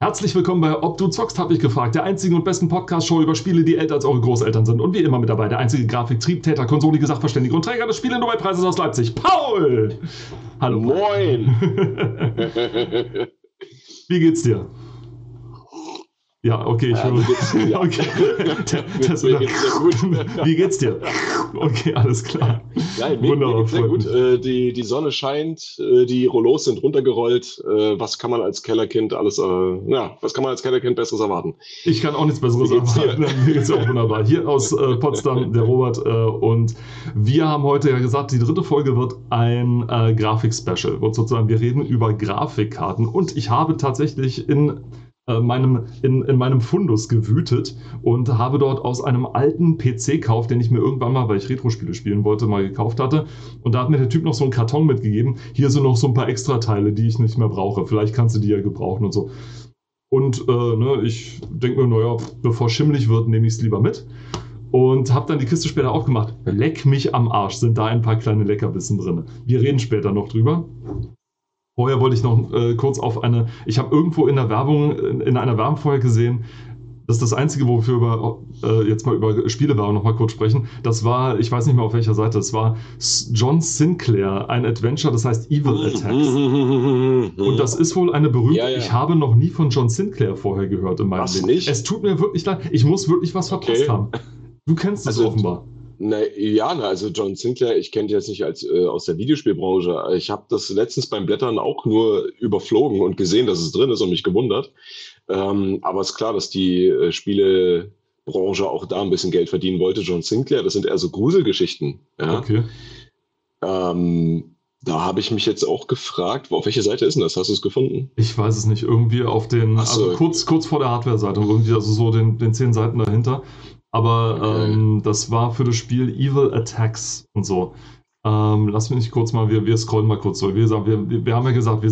Herzlich willkommen bei Ob du zockst, hab ich gefragt, der einzigen und besten Podcast-Show über Spiele, die älter als eure Großeltern sind. Und wie immer mit dabei der einzige Grafiktriebtäter, konsolige Sachverständige und Träger des Spiele-Nobelpreises aus Leipzig, Paul! Hallo. Moin! Wie geht's dir? Ja, okay, ich höre. Ja. Okay. Mir geht's sehr gut. Wie geht's dir? Okay, alles klar. Nein, mir geht's sehr gut. Die Sonne scheint, die Rollos sind runtergerollt. Was kann man als Kellerkind Besseres erwarten? Ich kann auch nichts Besseres erwarten. Mir geht's ja auch wunderbar. Hier aus Potsdam, der Robert, und wir haben heute ja gesagt, die dritte Folge wird ein Grafik-Special. Und sozusagen, wir reden über Grafikkarten. Und ich habe tatsächlich in meinem Fundus gewütet und habe dort aus einem alten PC-Kauf, den ich mir irgendwann mal, weil ich Retro-Spiele spielen wollte, mal gekauft hatte. Und da hat mir der Typ noch so einen Karton mitgegeben. Hier sind noch so ein paar Extrateile, die ich nicht mehr brauche. Vielleicht kannst du die ja gebrauchen und so. Und ich denke mir, naja, bevor schimmelig wird, nehme ich es lieber mit. Und habe dann die Kiste später aufgemacht. Leck mich am Arsch, sind da ein paar kleine Leckerbissen drin. Wir reden später noch drüber. Vorher wollte ich noch kurz auf ich habe irgendwo in einer Werbung vorher gesehen, das ist das Einzige, wofür wir jetzt mal über Spielewerbung noch mal kurz sprechen. Das war, ich weiß nicht mehr auf welcher Seite, das war John Sinclair, ein Adventure, das heißt Evil Attacks. Und das ist wohl eine berühmte, ja. Ich habe noch nie von John Sinclair vorher gehört in meinem Leben. Nicht? Es tut mir wirklich leid, ich muss wirklich was verpasst haben. Du kennst es offenbar. Also John Sinclair, ich kenne ihn jetzt nicht aus der Videospielbranche. Ich habe das letztens beim Blättern auch nur überflogen und gesehen, dass es drin ist und mich gewundert. Aber es ist klar, dass die Spielebranche auch da ein bisschen Geld verdienen wollte. John Sinclair, das sind eher so Gruselgeschichten. Ja? Okay. Da habe ich mich jetzt auch gefragt, auf welche Seite ist denn das? Hast du es gefunden? Ich weiß es nicht. Irgendwie auf den, also kurz vor der Hardware-Seite, irgendwie, also so den 10 Seiten dahinter. Aber das war für das Spiel Evil Attacks und so. Lass mich nicht kurz mal, wir scrollen mal kurz durch. Wir haben ja gesagt, wir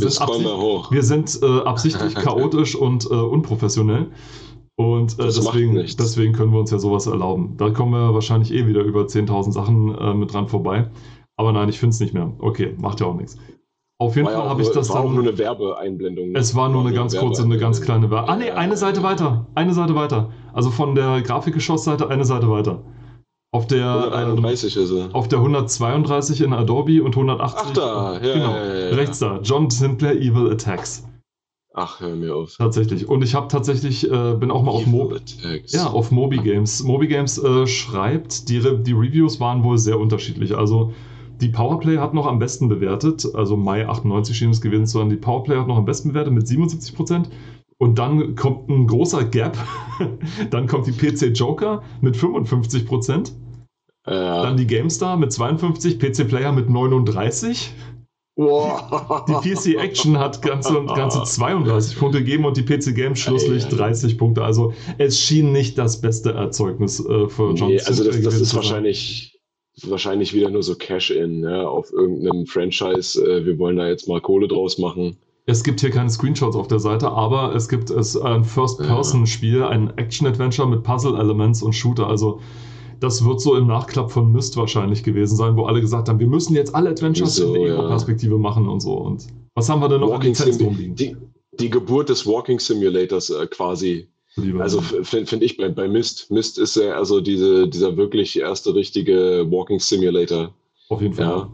sind absichtlich chaotisch und unprofessionell. Und deswegen können wir uns ja sowas erlauben. Da kommen wir wahrscheinlich wieder über 10.000 Sachen mit dran vorbei. Aber nein, ich finde es nicht mehr. Okay, macht ja auch nichts. Auf jeden Fall habe ich das dann. Es war auch nur eine Werbeeinblendung. Es war nur eine ganz kurze, eine ganz kleine Werbe. Eine Seite weiter. Also von der Grafikgeschossseite eine Seite weiter. Auf der 131 ist er. Auf der 132 in Adobe und 180. Ach da, ja. Genau, ja. rechts da. John Sinclair Evil Attacks. Ach, hör mir auf. Tatsächlich. Und ich habe bin auch mal auf Moby Games. Moby Games schreibt, die Reviews waren wohl sehr unterschiedlich. Also die Powerplay hat noch am besten bewertet, also Mai 98 schien es gewesen zu sein. Die Powerplay hat noch am besten bewertet mit 77%. Und dann kommt ein großer Gap. Dann kommt die PC Joker mit 55%. Dann die GameStar mit 52%, PC Player mit 39%. Wow. Die PC Action hat ganze 32 Punkte gegeben und die PC Games Schlusslicht 30 Punkte. Also es schien nicht das beste Erzeugnis für John Sinclair. Also das ist wahrscheinlich wieder nur so Cash-In, ne, auf irgendeinem Franchise. Wir wollen da jetzt mal Kohle draus machen. Es gibt hier keine Screenshots auf der Seite, aber es gibt ein First-Person-Spiel, ein Action-Adventure mit Puzzle-Elements und Shooter. Also das wird so im Nachklapp von Myst wahrscheinlich gewesen sein, wo alle gesagt haben, wir müssen jetzt alle Adventures in der Ego-Perspektive machen und so. Und was haben wir denn noch an Lizenzen rumliegen? Die Geburt des Walking Simulators quasi. Also finde ich bei Myst. Myst ist ja also dieser wirklich erste richtige Walking Simulator. Auf jeden Fall. Ja.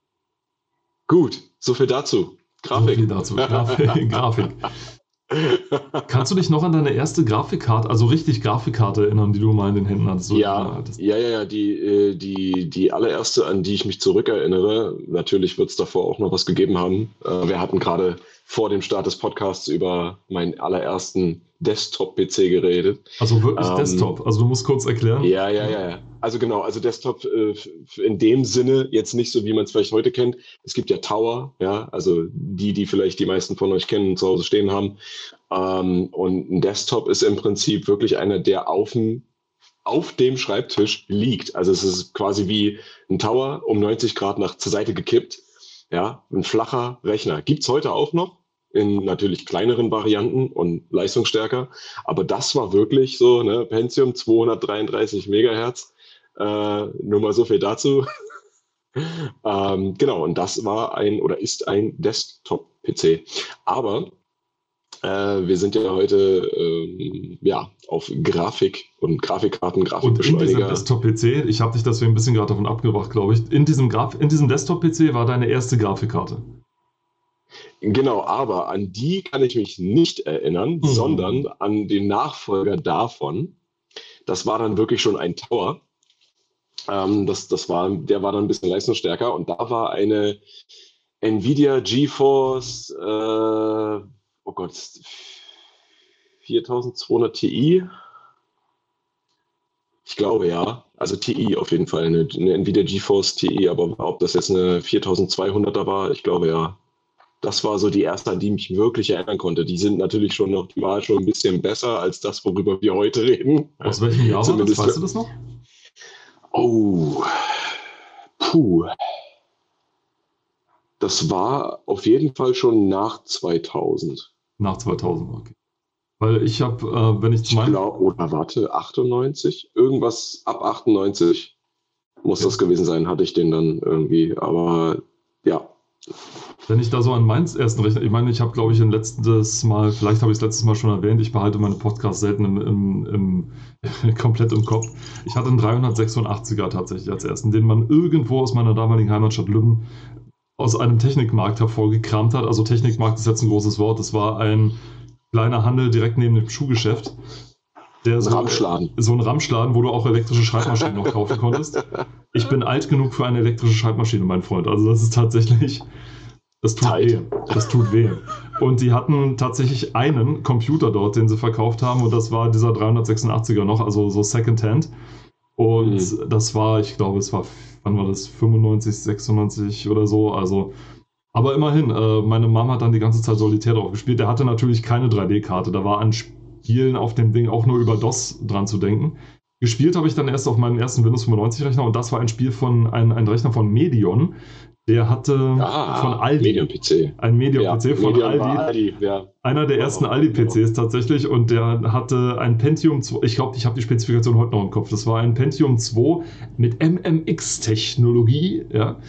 Gut, so viel dazu. Grafik. Grafik. Kannst du dich noch an deine erste Grafikkarte, also richtig Grafikkarte erinnern, die du mal in den Händen hattest? Ja. Die allererste, an die ich mich zurückerinnere, natürlich wird es davor auch noch was gegeben haben. Wir hatten gerade vor dem Start des Podcasts über meinen allerersten Desktop-PC geredet. Also wirklich Desktop, also du musst kurz erklären. Ja. Also genau, also Desktop in dem Sinne jetzt nicht so, wie man es vielleicht heute kennt. Es gibt ja Tower, ja, also die vielleicht die meisten von euch kennen, zu Hause stehen haben. Und ein Desktop ist im Prinzip wirklich einer, der auf dem Schreibtisch liegt. Also es ist quasi wie ein Tower um 90 Grad zur Seite gekippt. Ja, ein flacher Rechner. Gibt's heute auch noch, in natürlich kleineren Varianten und leistungsstärker. Aber das war wirklich so, ne, Pentium 233 Megahertz. Nur mal so viel dazu. Genau, und das war ist ein Desktop-PC. Aber Wir sind ja heute auf Grafik und Grafikkarten, Und in diesem Grafikbeschleuniger. Desktop-PC, ich habe dich deswegen ein bisschen gerade davon abgebracht, glaube ich, in diesem Desktop-PC war deine erste Grafikkarte. Genau, aber an die kann ich mich nicht erinnern, sondern an den Nachfolger davon. Das war dann wirklich schon ein Tower. Der war dann ein bisschen leistungsstärker und da war eine Nvidia GeForce 4200 Ti. Ich glaube ja, also Ti auf jeden Fall, eine Nvidia GeForce Ti, aber ob das jetzt eine 4200er war, ich glaube ja. Das war so die erste, an die ich mich wirklich erinnern konnte. Die sind natürlich die war schon ein bisschen besser als das, worüber wir heute reden. Aus welchem Jahr war das? Weißt du das noch? Oh, das war auf jeden Fall schon nach 2000. Nach 2000, okay. Weil ich habe, wenn ich zu meinem... Oder warte, 98? Irgendwas ab 98 muss das gewesen sein, hatte ich den dann irgendwie. Aber ja. Wenn ich da so an meinen ersten Rechner, ich meine, ich habe, glaube ich, vielleicht habe ich es letztes Mal schon erwähnt, ich behalte meine Podcasts selten komplett im Kopf. Ich hatte einen 386er tatsächlich als ersten, den man irgendwo aus meiner damaligen Heimatstadt Lübben aus einem Technikmarkt hervorgekramt hat. Also Technikmarkt ist jetzt ein großes Wort. Das war ein kleiner Handel direkt neben dem Schuhgeschäft. Ramschladen. So ein Ramschladen, wo du auch elektrische Schreibmaschinen noch kaufen konntest. Ich bin alt genug für eine elektrische Schreibmaschine, mein Freund. Also das ist tatsächlich... Das tut weh. Das tut weh. Und die hatten tatsächlich einen Computer dort, den sie verkauft haben. Und das war dieser 386er noch, also so Secondhand. Und das war, ich glaube, wann war das? 95, 96 oder so. Also, aber immerhin, meine Mama hat dann die ganze Zeit Solitär drauf gespielt. Der hatte natürlich keine 3D-Karte. Da war an Spielen auf dem Ding auch nur über DOS dran zu denken. Gespielt habe ich dann erst auf meinem ersten Windows 95-Rechner und das war ein Spiel ein Rechner von Medion. Der hatte von Aldi. Medion-PC. Ein Medion-PC von Aldi. Einer der ersten Aldi-PCs tatsächlich und der hatte ein Pentium 2. Ich glaube, ich habe die Spezifikation heute noch im Kopf. Das war ein Pentium 2 mit MMX-Technologie. Ja.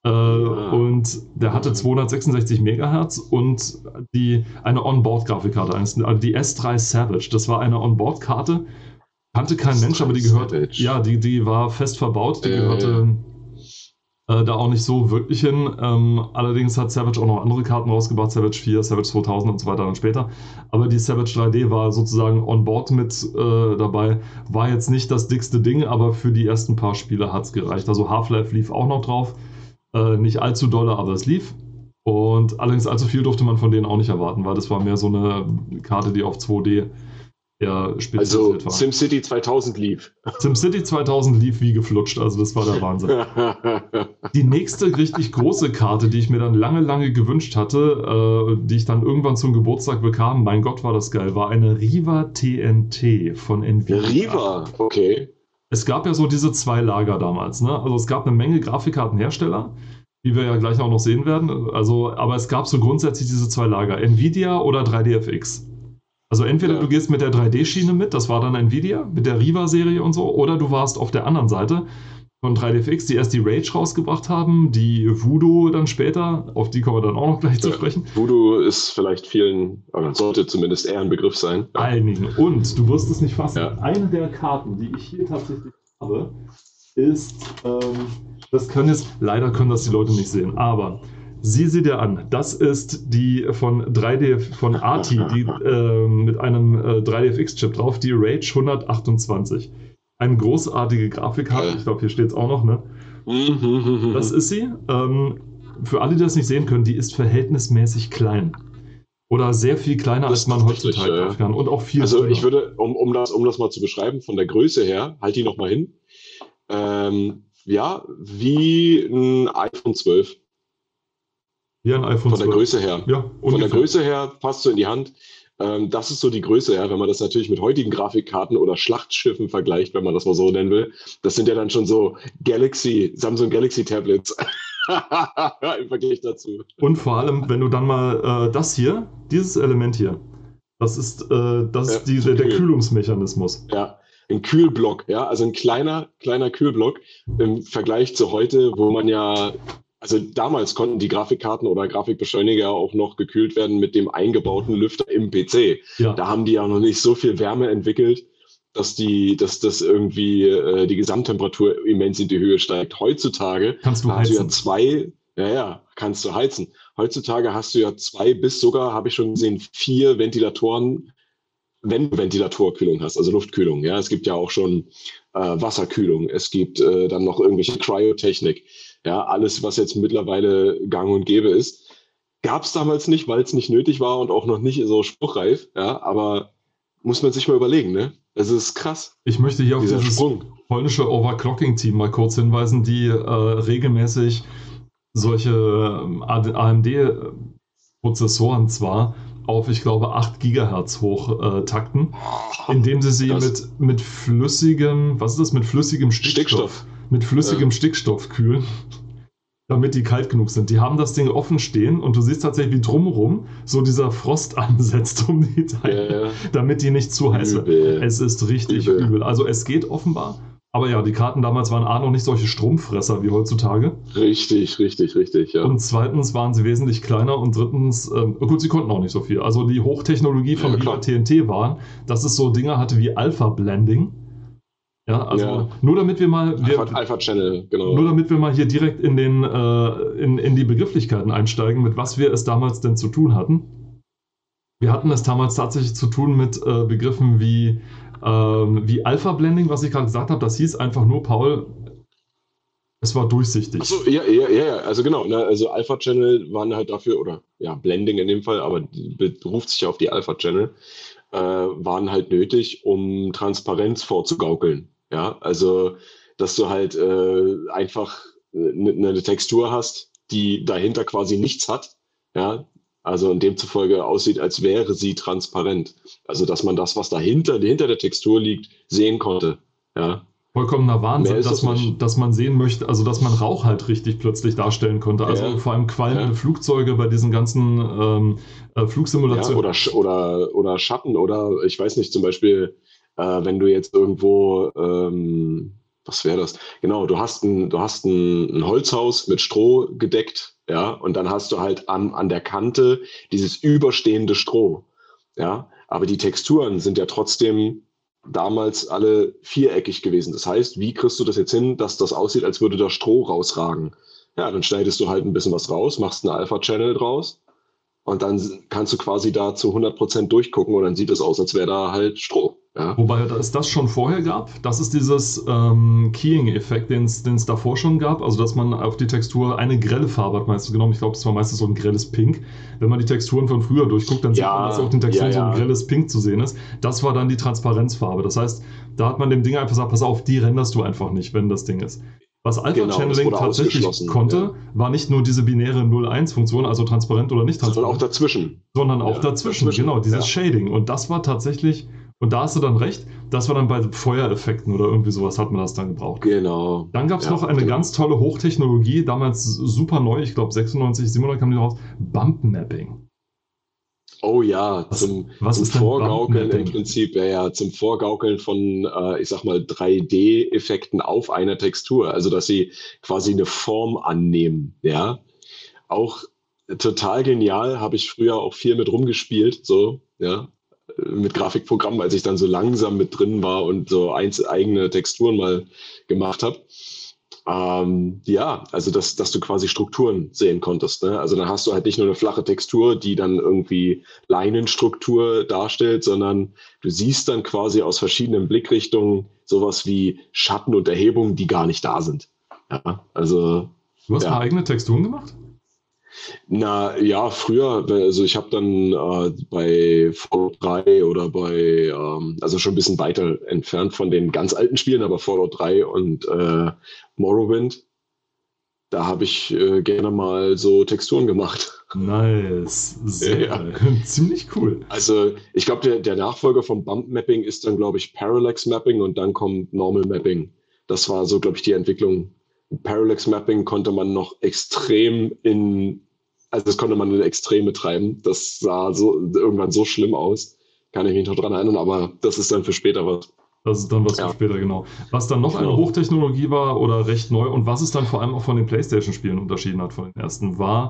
Und der hatte 266 MHz und eine Onboard-Grafikkarte. Also die S3 Savage. Das war eine Onboard-Karte. Kannte kein Mensch, aber die gehörte. Ja, die war fest verbaut. Die gehörte da auch nicht so wirklich hin. Allerdings hat Savage auch noch andere Karten rausgebracht, Savage 4, Savage 2000 und so weiter dann später. Aber die Savage 3D war sozusagen on board mit dabei. War jetzt nicht das dickste Ding, aber für die ersten paar Spiele hat es gereicht. Also Half-Life lief auch noch drauf. Nicht allzu dolle, aber es lief. Und allerdings allzu viel durfte man von denen auch nicht erwarten, weil das war mehr so eine Karte, die auf 2D spezialisiert war. SimCity 2000 lief. SimCity 2000 lief wie geflutscht, also das war der Wahnsinn. Die nächste richtig große Karte, die ich mir dann lange gewünscht hatte, die ich dann irgendwann zum Geburtstag bekam, mein Gott war das geil, war eine Riva TNT von Nvidia. Riva, okay. Es gab ja so diese zwei Lager damals, ne? Also es gab eine Menge Grafikkartenhersteller, wie wir ja gleich auch noch sehen werden, aber es gab so grundsätzlich diese zwei Lager, Nvidia oder 3DFX. Also entweder du gehst mit der 3D-Schiene mit, das war dann Nvidia, mit der Riva-Serie und so, oder du warst auf der anderen Seite von 3DFX, die erst die Rage rausgebracht haben, die Voodoo dann später, auf die kommen wir dann auch noch gleich zu sprechen. Voodoo ist vielleicht vielen, aber sollte zumindest eher ein Begriff sein. Einigen. Und du wirst es nicht fassen, eine der Karten, die ich hier tatsächlich habe, ist, leider können das die Leute nicht sehen, aber... Sieh sie dir an. Das ist die von ATI, die mit einem 3DFX-Chip drauf, die Rage 128. Eine großartige Grafikkarte, ich glaube, hier steht es auch noch, ne? Das ist sie. Für alle, die das nicht sehen können, die ist verhältnismäßig klein. Oder sehr viel kleiner, als man heutzutage kaufen kann. Und auch viel größer. Ich würde, um das mal zu beschreiben, von der Größe her, halt die nochmal hin. Wie ein iPhone 12. Wie ein iPhone 12. Von der Größe her. Ja, von der Größe her passt so in die Hand. Das ist so die Größe, wenn man das natürlich mit heutigen Grafikkarten oder Schlachtschiffen vergleicht, wenn man das mal so nennen will. Das sind ja dann schon so Samsung Galaxy Tablets im Vergleich dazu. Und vor allem, wenn du dann mal dieses Element hier, das ist der Kühlungsmechanismus. Ja, ein Kühlblock, also ein kleiner Kühlblock im Vergleich zu heute, wo man ja Also damals konnten die Grafikkarten oder Grafikbeschleuniger auch noch gekühlt werden mit dem eingebauten Lüfter im PC. Ja. Da haben die ja noch nicht so viel Wärme entwickelt, dass das irgendwie die Gesamttemperatur immens in die Höhe steigt. Heutzutage Kannst du hast heizen. du ja, kannst du heizen. Heutzutage hast du ja 2 bis sogar, habe ich schon gesehen, 4 Ventilatoren, wenn du Ventilatorkühlung hast, also Luftkühlung. Ja, es gibt ja auch schon Wasserkühlung. Es gibt dann noch irgendwelche Cryotechnik. Ja, alles, was jetzt mittlerweile gang und gäbe ist. Gab es damals nicht, weil es nicht nötig war und auch noch nicht so spruchreif. Ja, aber muss man sich mal überlegen, ne? Es ist krass. Ich möchte hier auf Dieser dieses Sprung. polnische Overclocking-Team mal kurz hinweisen, die regelmäßig solche AMD-Prozessoren zwar auf, ich glaube, 8 Gigahertz hoch takten, indem sie sie mit flüssigem, was ist das, mit flüssigem Stickstoff. Mit flüssigem Stickstoff kühlen, damit die kalt genug sind. Die haben das Ding offen stehen und du siehst tatsächlich, wie drumherum so dieser Frost ansetzt um die Teile, damit die nicht zu heiß werden. Es ist richtig übel. Also es geht offenbar. Aber ja, die Karten damals waren A, noch nicht solche Stromfresser wie heutzutage. Richtig, ja. Und zweitens waren sie wesentlich kleiner und drittens, gut, sie konnten auch nicht so viel. Also die Hochtechnologie von Viva TNT war, dass es so Dinge hatte wie Alpha-Blending. Ja, also nur damit wir mal... Alpha-Channel, genau. Nur damit wir mal hier direkt in die Begrifflichkeiten einsteigen, mit was wir es damals denn zu tun hatten. Wir hatten es damals tatsächlich zu tun mit Begriffen wie Alpha-Blending, was ich gerade gesagt habe. Das hieß einfach nur, Paul, es war durchsichtig. Achso, ja, also genau. Ne, also Alpha-Channel waren halt dafür, oder ja, Blending in dem Fall, aber beruft sich auf die Alpha-Channel, waren halt nötig, um Transparenz vorzugaukeln. Ja, also, dass du halt einfach eine Textur hast, die dahinter quasi nichts hat. Ja, also und demzufolge aussieht, als wäre sie transparent. Also, dass man das, was hinter der Textur liegt, sehen konnte. Ja. Vollkommener Wahnsinn, dass man sehen möchte, also dass man Rauch halt richtig plötzlich darstellen konnte. Also vor allem qualmende Flugzeuge bei diesen ganzen Flugsimulationen. Ja, oder Schatten oder ich weiß nicht, zum Beispiel, wenn du jetzt irgendwo, was wäre das? Genau, du hast ein Holzhaus mit Stroh gedeckt, ja, und dann hast du halt an der Kante dieses überstehende Stroh. Ja, aber die Texturen sind ja trotzdem damals alle viereckig gewesen. Das heißt, wie kriegst du das jetzt hin, dass das aussieht, als würde da Stroh rausragen? Ja, dann schneidest du halt ein bisschen was raus, machst einen Alpha-Channel draus und dann kannst du quasi da zu 100% durchgucken und dann sieht es aus, als wäre da halt Stroh. Ja. Wobei es das schon vorher gab. Das ist dieses Keying-Effekt, den es davor schon gab. Also, dass man auf die Textur eine grelle Farbe hat meistens genommen. Ich glaube, es war meistens so ein grelles Pink. Wenn man die Texturen von früher durchguckt, dann sieht man, dass auf den Texturen so ein grelles Pink zu sehen ist. Das war dann die Transparenzfarbe. Das heißt, da hat man dem Ding einfach gesagt, pass auf, die renderst du einfach nicht, wenn das Ding ist. Was Alpha-Channeling tatsächlich konnte, war nicht nur diese binäre 0-1-Funktion, also transparent oder nicht transparent. Sondern auch dazwischen. Genau, dieses Shading. Und das war tatsächlich... Und da hast du dann recht, das war dann bei Feuereffekten oder irgendwie sowas hat man das dann gebraucht. Genau. Dann gab es noch eine ganz tolle Hochtechnologie, damals super neu, ich glaube 96, 97 kam die raus, Bump Mapping. Oh ja, zum Vorgaukeln im Prinzip, zum Vorgaukeln von, ich sag mal, 3D-Effekten auf einer Textur, also dass sie quasi eine Form annehmen, ja. Auch total genial, habe ich früher auch viel mit rumgespielt, so, ja. Mit Grafikprogrammen, als ich dann so langsam mit drin war und so eigene Texturen mal gemacht habe. Also dass du quasi Strukturen sehen konntest. Ne? Also dann hast du halt nicht nur eine flache Textur, die dann irgendwie Leinenstruktur darstellt, sondern du siehst dann quasi aus verschiedenen Blickrichtungen sowas wie Schatten und Erhebungen, die gar nicht da sind. Ja, also, du hast mal eigene Texturen gemacht? Na ja, früher, also ich habe dann bei Fallout 3 oder bei, also schon ein bisschen weiter entfernt von den ganz alten Spielen, aber Fallout 3 und Morrowind, da habe ich gerne mal so Texturen gemacht. Nice, sehr ziemlich cool. Also ich glaube, der Nachfolger vom Bump Mapping ist dann, glaube ich, Parallax Mapping und dann kommt Normal Mapping. Das war so, glaube ich, die Entwicklung. Parallax Mapping konnte man noch extrem das konnte man in Extreme treiben. Das sah so irgendwann so schlimm aus. Kann ich mich noch dran erinnern, aber das ist dann für später was. Das ist dann was für später, genau. Was dann noch eine Hochtechnologie war oder recht neu und was es dann vor allem auch von den PlayStation-Spielen unterschieden hat von den ersten, war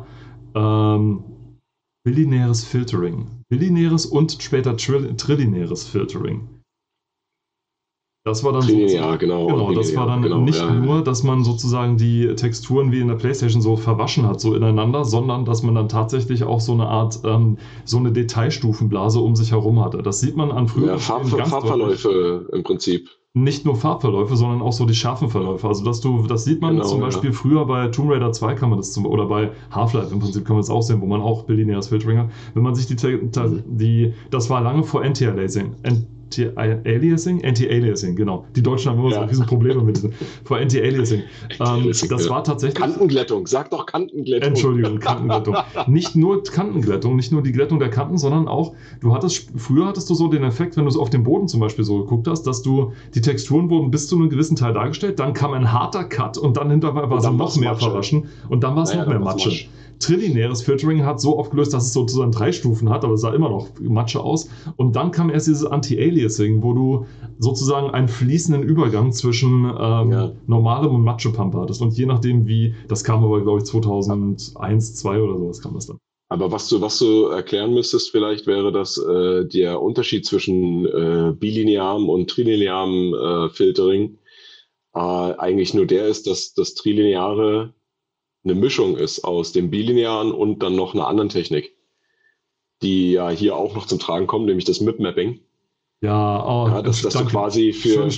binäres Filtering. Binäres und später trillinäres Filtering. Das war dann genau, das war dann nicht nur, dass man sozusagen die Texturen wie in der PlayStation so verwaschen hat, so ineinander, sondern dass man dann tatsächlich auch so eine Art, so eine Detailstufenblase um sich herum hatte. Das sieht man an früheren Farbverläufe im Prinzip. Nicht nur Farbverläufe, sondern auch so die scharfen Verläufe. Also das sieht man zum Beispiel früher bei Tomb Raider 2 kann man das oder bei Half-Life im Prinzip kann man das auch sehen, wo man auch binäres Filtering hat. Wenn man sich das war lange vor Anti-Aliasing. Anti-Aliasing, genau. Die Deutschen haben immer so riesen Probleme mit diesem. Vor Anti-Aliasing. Das war tatsächlich. Kantenglättung, sag doch Kantenglättung. Entschuldigung, Kantenglättung. Nicht nur Kantenglättung, nicht nur die Glättung der Kanten, sondern auch, früher hattest du so den Effekt, wenn du so auf den Boden zum Beispiel so geguckt hast, dass die Texturen wurden bis zu einem gewissen Teil dargestellt, dann kam ein harter Cut und dann hinterher war es noch mehr verwaschen und dann war es noch mehr Matsche. Trillinäres Filtering hat so aufgelöst, dass es sozusagen 3 Stufen hat, aber es sah immer noch Matsche aus. Und dann kam erst dieses Anti-Aliasing, wo du sozusagen einen fließenden Übergang zwischen normalem und Matsche-Pump hattest. Und je nachdem wie, das kam aber glaube ich 2001, 2002 oder sowas kam das dann. Aber was du erklären müsstest vielleicht wäre, dass der Unterschied zwischen bilinearem und trilinearem Filtering eigentlich nur der ist, dass das Trilineare eine Mischung ist aus dem bilinearen und dann noch einer anderen Technik, die ja hier auch noch zum Tragen kommt, nämlich das MIP-Mapping. Dass du quasi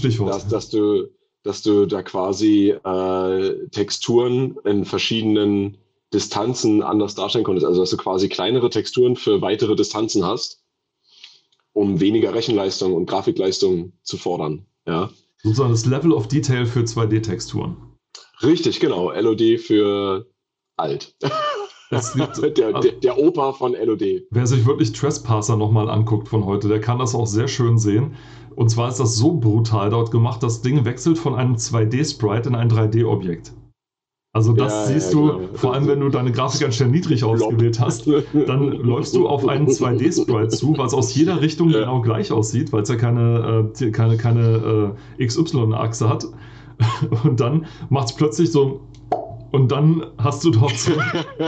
dass du da quasi Texturen in verschiedenen Distanzen anders darstellen konntest. Also dass du quasi kleinere Texturen für weitere Distanzen hast, um weniger Rechenleistung und Grafikleistung zu fordern. Ja. Sozusagen das Level of Detail für 2D-Texturen. Richtig, genau. LOD für alt. Der Opa von LOD. Wer sich wirklich Trespasser nochmal anguckt von heute, der kann das auch sehr schön sehen. Und zwar ist das so brutal dort gemacht, das Ding wechselt von einem 2D-Sprite in ein 3D-Objekt. Also das siehst du, genau. Vor allem wenn du deine Grafikeinstellung niedrig ausgewählt hast, dann läufst du auf einen 2D-Sprite zu, was aus jeder Richtung genau gleich aussieht, weil es ja keine XY-Achse hat. Und dann macht es plötzlich so. Und dann hast du dort so.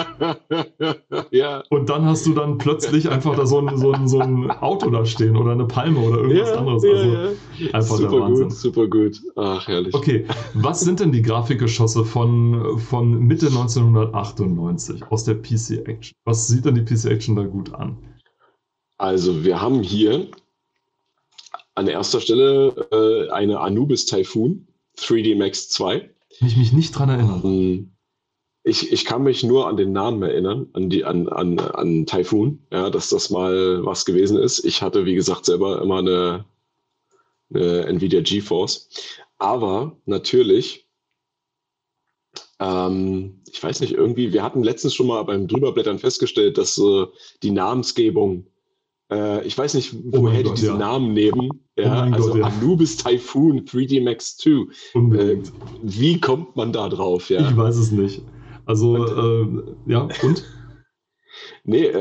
Und dann hast du dann plötzlich einfach da so ein Auto da stehen oder eine Palme oder irgendwas anderes. Einfach super der Wahnsinn. Gut, super gut. Ach, herrlich. Okay, was sind denn die Grafikgeschosse von Mitte 1998 aus der PC Action? Was sieht denn die PC Action da gut an? Also, wir haben hier an erster Stelle eine Anubis Typhoon 3D Max 2. Kann ich mich nicht dran erinnern. Ich kann mich nur an den Namen erinnern, an Typhoon, dass das mal was gewesen ist. Ich hatte, wie gesagt, selber immer eine Nvidia GeForce. Aber natürlich, ich weiß nicht, irgendwie, wir hatten letztens schon mal beim Drüberblättern festgestellt, dass die Namensgebung, ich weiß nicht, woher die diesen Namen nehmen. Anubis Typhoon 3D Max 2. Wie kommt man da drauf? Ja? Ich weiß es nicht. Also, und? Nee,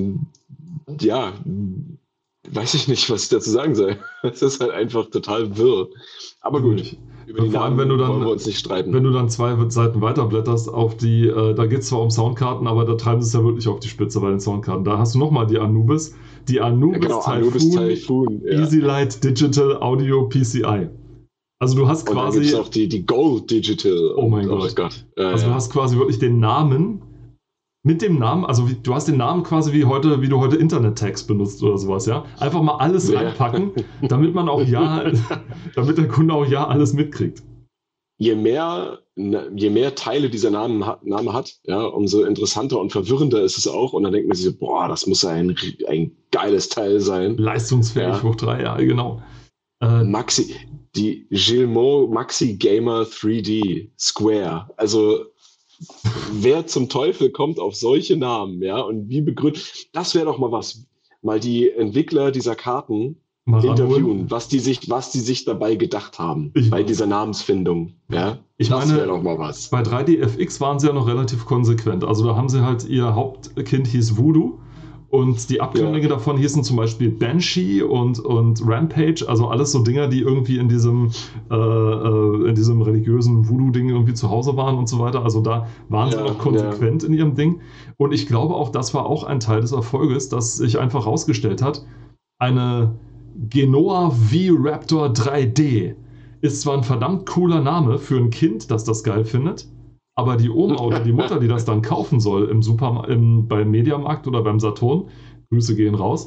weiß ich nicht, was ich dazu sagen soll. Es ist halt einfach total wirr. Aber gut, über die Namen wollen wir uns nicht streiten. Wenn du dann 2 Seiten weiterblätterst auf die, da geht es zwar um Soundkarten, aber da treiben sie es ja wirklich auf die Spitze bei den Soundkarten. Da hast du nochmal die Anubis. Die Anubis Typhoon Easy Light Digital Audio PCI. Also du hast quasi. Und dann gibt's auch die Gold Digital. Oh mein Gott. Also du hast quasi wirklich den Namen mit dem Namen, also du hast den Namen quasi wie du heute Internet-Tags benutzt oder sowas, ja. Einfach mal alles reinpacken, damit damit der Kunde auch alles mitkriegt. Je mehr Teile dieser Name hat, umso interessanter und verwirrender ist es auch. Und dann denkt man sich so, boah, das muss ein geiles Teil sein. Leistungsfähig hoch 3, genau. Die Gilmo Maxi Gamer 3D Square. Also wer zum Teufel kommt auf solche Namen, und wie begründet? Das wäre doch mal was. Mal die Entwickler dieser Karten interviewen, was die sich dabei gedacht haben bei dieser Namensfindung. Ja? Das wäre doch mal was. Bei 3DFX waren sie ja noch relativ konsequent. Also da haben sie halt, ihr Hauptkind hieß Voodoo Und die Abkömmlinge davon hießen zum Beispiel Banshee und Rampage, also alles so Dinger, die irgendwie in diesem religiösen Voodoo-Ding irgendwie zu Hause waren und so weiter. Also da waren sie noch konsequent in ihrem Ding. Und ich glaube auch, das war auch ein Teil des Erfolges, dass sich einfach herausgestellt hat, eine Genoa V-Raptor 3D ist zwar ein verdammt cooler Name für ein Kind, das das geil findet, aber die Oma oder die Mutter, die das dann kaufen soll beim Mediamarkt oder beim Saturn, Grüße gehen raus,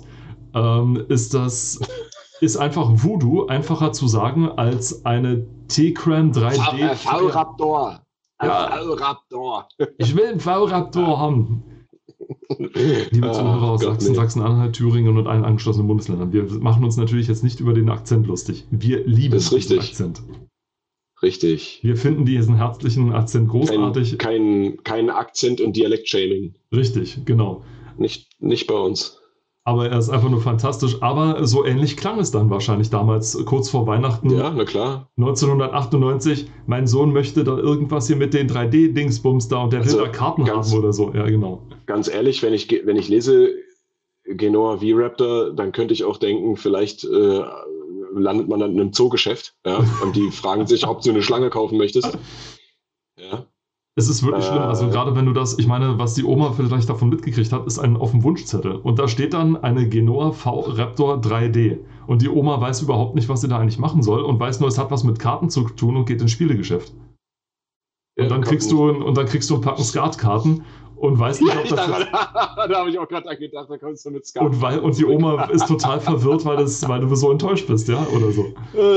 ist einfach Voodoo einfacher zu sagen als eine T-Cram 3D. V-Raptor. Ja, V-Raptor. Ich will einen V-Raptor haben. Liebe Zuhörer aus Sachsen, Sachsen-Anhalt, Thüringen und allen angeschlossenen Bundesländern. Wir machen uns natürlich jetzt nicht über den Akzent lustig. Wir lieben diesen Akzent. Richtig. Wir finden diesen herzlichen Akzent großartig. Kein Akzent- und Dialekt-Shaming. Richtig, genau. Nicht bei uns. Aber er ist einfach nur fantastisch. Aber so ähnlich klang es dann wahrscheinlich damals, kurz vor Weihnachten. Ja, na klar. 1998. Mein Sohn möchte da irgendwas hier mit den 3D-Dingsbums da und der will da Karten haben oder so. Ja, genau. Ganz ehrlich, wenn ich lese Genoa V-Raptor, dann könnte ich auch denken, vielleicht landet man dann in einem Zoogeschäft, ja, und die fragen sich, ob du eine Schlange kaufen möchtest. Ja. Es ist wirklich schlimm, also gerade wenn du das, ich meine, was die Oma vielleicht davon mitgekriegt hat, ist ein auf dem Wunschzettel und da steht dann eine Genoa V-Raptor 3D und die Oma weiß überhaupt nicht, was sie da eigentlich machen soll und weiß nur, es hat was mit Karten zu tun und geht ins Spielegeschäft. Und dann kriegst du ein Packen Skatkarten und weißt nicht, ob das da habe ich auch gerade gedacht, da kommst du mit Skat. Und die Oma ist total verwirrt, weil du so enttäuscht bist, ja, oder so.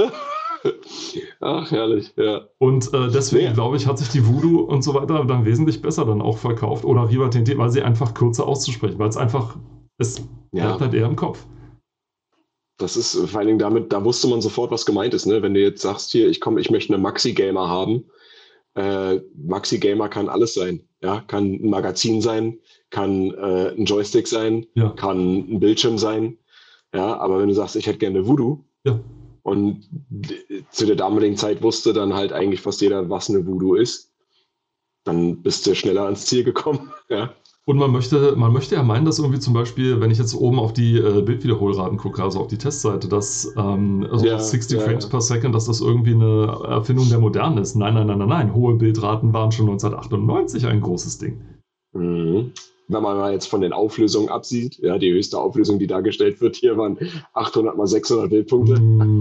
Ach, herrlich, ja. Und deswegen, glaube ich, hat sich die Voodoo und so weiter dann wesentlich besser dann auch verkauft. Oder Viva TNT, weil sie einfach kürzer auszusprechen, weil es einfach, es bleibt halt eher im Kopf. Das ist vor allen Dingen da wusste man sofort, was gemeint ist, ne? Wenn du jetzt sagst, hier, ich möchte eine Maxi-Gamer haben. Maxi-Gamer kann alles sein. Ja? Kann ein Magazin sein, kann ein Joystick sein, kann ein Bildschirm sein. Ja? Aber wenn du sagst, ich hätte gerne eine Voodoo, und zu der damaligen Zeit wusste dann halt eigentlich fast jeder, was eine Voodoo ist, dann bist du schneller ans Ziel gekommen. Ja. Und man möchte ja meinen, dass irgendwie zum Beispiel, wenn ich jetzt oben auf die Bildwiederholraten gucke, also auf die Testseite, dass 60 Frames per Second, dass das irgendwie eine Erfindung der Moderne ist. Nein. Hohe Bildraten waren schon 1998 ein großes Ding. Mhm. Wenn man mal jetzt von den Auflösungen absieht, ja, die höchste Auflösung, die dargestellt wird, hier waren 800 mal 600 Bildpunkte.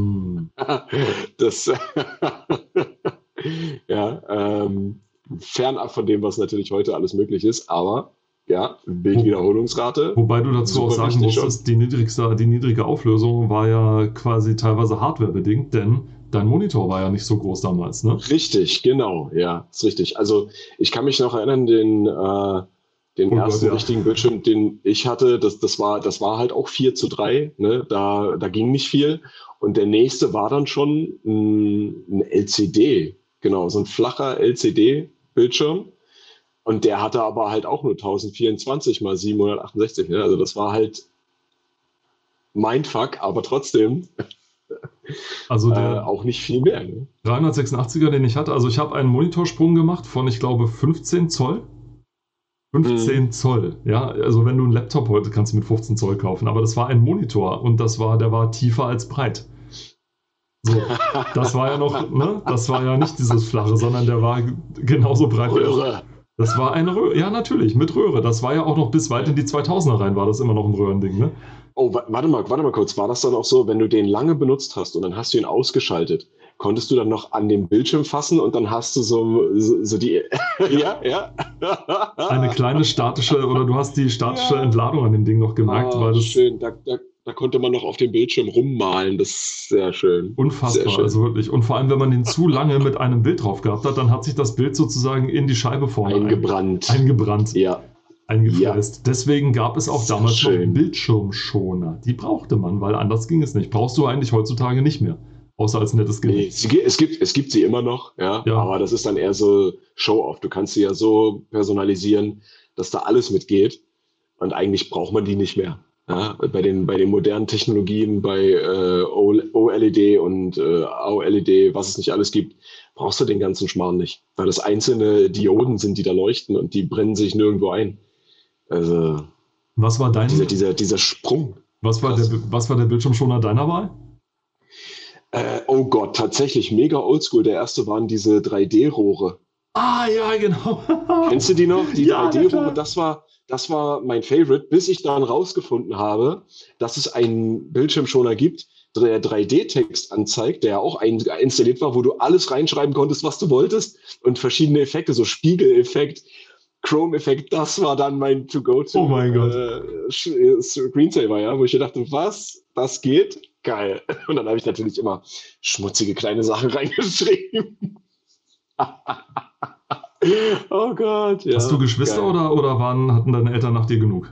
Das, fernab von dem, was natürlich heute alles möglich ist, aber ja, Bildwiederholungsrate. Wobei du dazu auch sagen musstest, die niedrige Auflösung war ja quasi teilweise hardwarebedingt, denn dein Monitor war ja nicht so groß damals, ne? Richtig, genau, ja, ist richtig. Also ich kann mich noch erinnern, den ersten richtigen Bildschirm, den ich hatte, das war halt auch 4:3, ne? Da ging nicht viel. Und der nächste war dann schon ein LCD, genau, so ein flacher LCD-Bildschirm. Und der hatte aber halt auch nur 1024 mal 768. Ne? Also das war halt Mindfuck, aber trotzdem also auch nicht viel mehr. Ne? 386er, den ich hatte, also ich habe einen Monitorsprung gemacht von, ich glaube, 15 Zoll. 15 Zoll, ja, also wenn du einen Laptop heute kannst du mit 15 Zoll kaufen, aber das war ein Monitor und der war tiefer als breit. So, das war ja noch, ne, das war ja nicht dieses flache, sondern der war genauso breit. Röhre. Das war eine Röhre, ja natürlich, mit Röhre, das war ja auch noch bis weit in die 2000er rein, war das immer noch ein Röhrending, ne? Oh, warte mal kurz, war das dann auch so, wenn du den lange benutzt hast und dann hast du ihn ausgeschaltet, konntest du dann noch an dem Bildschirm fassen und dann hast du so die... ja. Eine kleine statische, oder du hast die statische Entladung an dem Ding noch gemerkt. Weil das schön, da konnte man noch auf dem Bildschirm rummalen, das ist sehr schön. Unfassbar, sehr schön. Also wirklich. Und vor allem, wenn man den zu lange mit einem Bild drauf gehabt hat, dann hat sich das Bild sozusagen in die Scheibe vorne eingebrannt. Ja. Eingefräst. Ja. Deswegen gab es auch damals schon Bildschirmschoner. Die brauchte man, weil anders ging es nicht. Brauchst du eigentlich heutzutage nicht mehr. Außer als nettes Gerät. Nee, es gibt sie immer noch, ja, aber das ist dann eher so Show-off. Du kannst sie ja so personalisieren, dass da alles mitgeht und eigentlich braucht man die nicht mehr. Ja? Bei den modernen Technologien, bei OLED und AOLED, was es nicht alles gibt, brauchst du den ganzen Schmarrn nicht, weil das einzelne Dioden sind, die da leuchten und die brennen sich nirgendwo ein. Also Was war dein... Dieser Sprung. Was war der Bildschirmschoner deiner Wahl? Oh Gott, tatsächlich mega oldschool. Der erste waren diese 3D-Rohre. Ah, ja, genau. Kennst du die noch? Die Ja, 3D-Rohre, das war mein Favorite, bis ich dann rausgefunden habe, dass es einen Bildschirmschoner gibt, der 3D-Text anzeigt, der auch installiert war, wo du alles reinschreiben konntest, was du wolltest und verschiedene Effekte, so Spiegeleffekt, Chrome-Effekt, das war dann mein To-Go-To. Oh mein Gott. Screensaver, ja, wo ich dachte, was? Das geht? Geil. Und dann habe ich natürlich immer schmutzige kleine Sachen reingeschrieben. Oh Gott. Ja, hast du Geschwister oder hatten deine Eltern nach dir genug?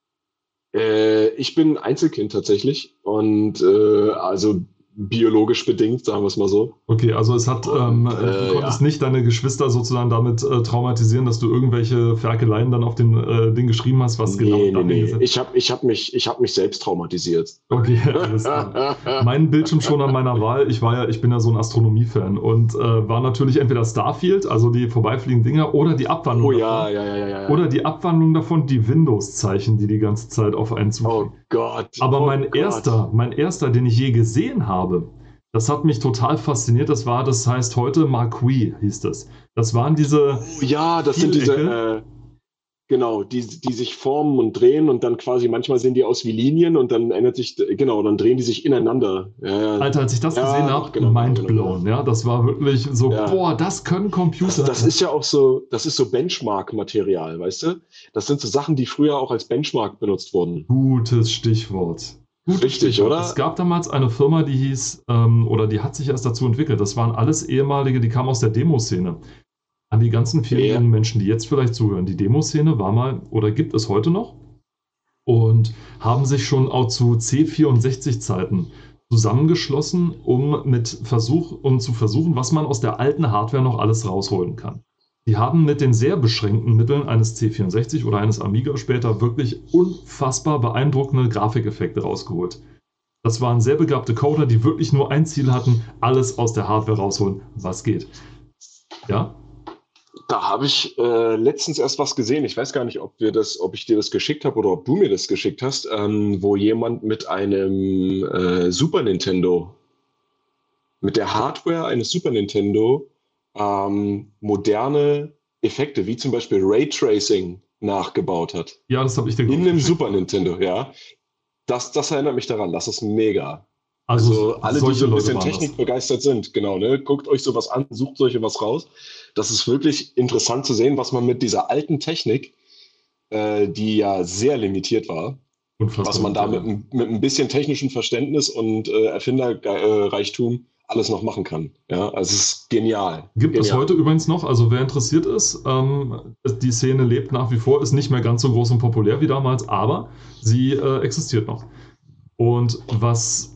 Ich bin Einzelkind tatsächlich und also biologisch bedingt, sagen wir es mal so. Okay, also du konntest nicht deine Geschwister sozusagen damit traumatisieren, dass du irgendwelche Ferkeleien dann auf den Ding geschrieben hast, was Nee. Ich hab mich selbst traumatisiert. Okay, alles klar. Mein Bildschirmschoner meiner Wahl, ich bin ja so ein Astronomie-Fan und war natürlich entweder Starfield, also die vorbeifliegenden Dinger, oder die Abwandlung davon. Ja. Oder die Abwandlung davon, die Windows-Zeichen, die ganze Zeit auf einen zufliegen. Oh Gott. Aber mein erster, den ich je gesehen habe, das hat mich total fasziniert. Das heißt heute Marquee, hieß das. Das waren diese. Ja, das sind diese. Genau, die sich formen und drehen und dann quasi manchmal sehen die aus wie Linien und dann ändert sich, genau, dann drehen die sich ineinander. Ja. Alter, als ich das gesehen habe, mindblown. Ja, das war wirklich so, boah, das können Computer. Das ist ja auch so, das ist so Benchmark-Material, weißt du? Das sind so Sachen, die früher auch als Benchmark benutzt wurden. Gutes Stichwort. Richtig, oder? Es gab damals eine Firma, die hieß, oder die hat sich erst dazu entwickelt. Das waren alles ehemalige, die kamen aus der Demoszene. An die ganzen vielen jungen Menschen, die jetzt vielleicht zuhören. Die Demoszene war mal, oder gibt es heute noch, und haben sich schon auch zu C64-Zeiten zusammengeschlossen, um zu versuchen, was man aus der alten Hardware noch alles rausholen kann. Die haben mit den sehr beschränkten Mitteln eines C64 oder eines Amiga später wirklich unfassbar beeindruckende Grafikeffekte rausgeholt. Das waren sehr begabte Coder, die wirklich nur ein Ziel hatten, alles aus der Hardware rausholen, was geht. Ja? Da habe ich letztens erst was gesehen. Ich weiß gar nicht, ob ich dir das geschickt habe oder ob du mir das geschickt hast, wo jemand mit einem Super Nintendo, mit der Hardware eines Super Nintendo, moderne Effekte, wie zum Beispiel Raytracing, nachgebaut hat. Ja, das habe ich dir geschickt. In einem Super Nintendo, ja. Das erinnert mich daran. Das ist mega. Also alle, die so ein bisschen technikbegeistert sind, genau, ne? Guckt euch sowas an, sucht euch was raus. Das ist wirklich interessant zu sehen, was man mit dieser alten Technik, die ja sehr limitiert war, was man da mit ein bisschen technischem Verständnis und Erfinderreichtum alles noch machen kann. Ja, also es ist genial. Gibt es heute übrigens noch, also wer interessiert ist, die Szene lebt nach wie vor, ist nicht mehr ganz so groß und populär wie damals, aber sie existiert noch. Und was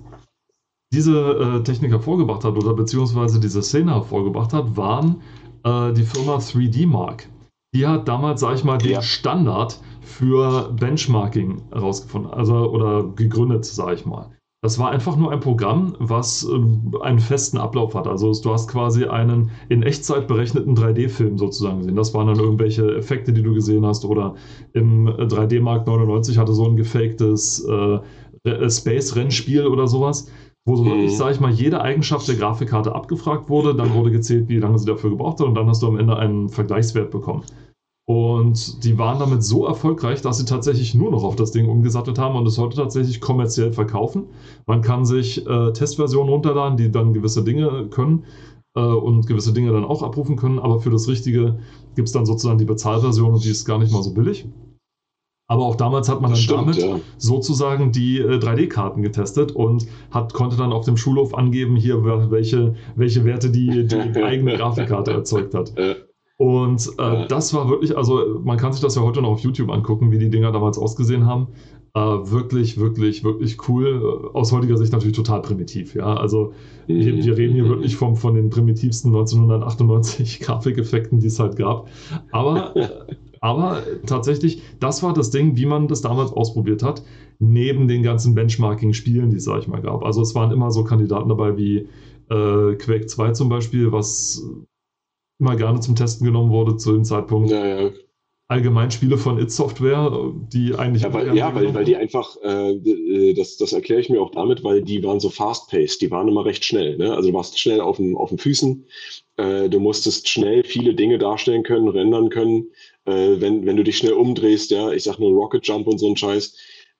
diese Technik hervorgebracht hat oder beziehungsweise diese Szene hervorgebracht hat, waren die Firma 3D Mark. Die hat damals, sag ich mal, den Standard für Benchmarking herausgefunden, oder gegründet, sag ich mal. Das war einfach nur ein Programm, was einen festen Ablauf hat. Also du hast quasi einen in Echtzeit berechneten 3D-Film sozusagen gesehen. Das waren dann irgendwelche Effekte, die du gesehen hast. Oder im 3D Mark 99 hatte so ein gefaktes Space-Rennspiel oder sowas, wo so wirklich, sag ich mal, jede Eigenschaft der Grafikkarte abgefragt wurde, dann wurde gezählt, wie lange sie dafür gebraucht hat und dann hast du am Ende einen Vergleichswert bekommen. Und die waren damit so erfolgreich, dass sie tatsächlich nur noch auf das Ding umgesattelt haben und es heute tatsächlich kommerziell verkaufen. Man kann sich Testversionen runterladen, die dann gewisse Dinge können und gewisse Dinge dann auch abrufen können, aber für das Richtige gibt es dann sozusagen die Bezahlversion und die ist gar nicht mal so billig. Aber auch damals hat man dann sozusagen die 3D-Karten getestet und konnte dann auf dem Schulhof angeben, hier welche Werte die eigene Grafikkarte erzeugt hat. Und das war wirklich, also man kann sich das ja heute noch auf YouTube angucken, wie die Dinger damals ausgesehen haben. Wirklich, wirklich, wirklich cool. Aus heutiger Sicht natürlich total primitiv. Ja? Also wir reden hier wirklich von den primitivsten 1998 Grafikeffekten, die es halt gab. Aber tatsächlich, das war das Ding, wie man das damals ausprobiert hat, neben den ganzen Benchmarking-Spielen, die es, sag ich mal, gab. Also es waren immer so Kandidaten dabei wie Quake 2 zum Beispiel, was immer gerne zum Testen genommen wurde zu dem Zeitpunkt. Ja. allgemein Spiele von id Software, die eigentlich... weil die einfach, das erkläre ich mir auch damit, weil die waren so fast-paced, die waren immer recht schnell. Ne? Also du warst schnell auf den Füßen, du musstest schnell viele Dinge darstellen können, rendern können, wenn du dich schnell umdrehst, ja, ich sag nur Rocket Jump und so ein Scheiß,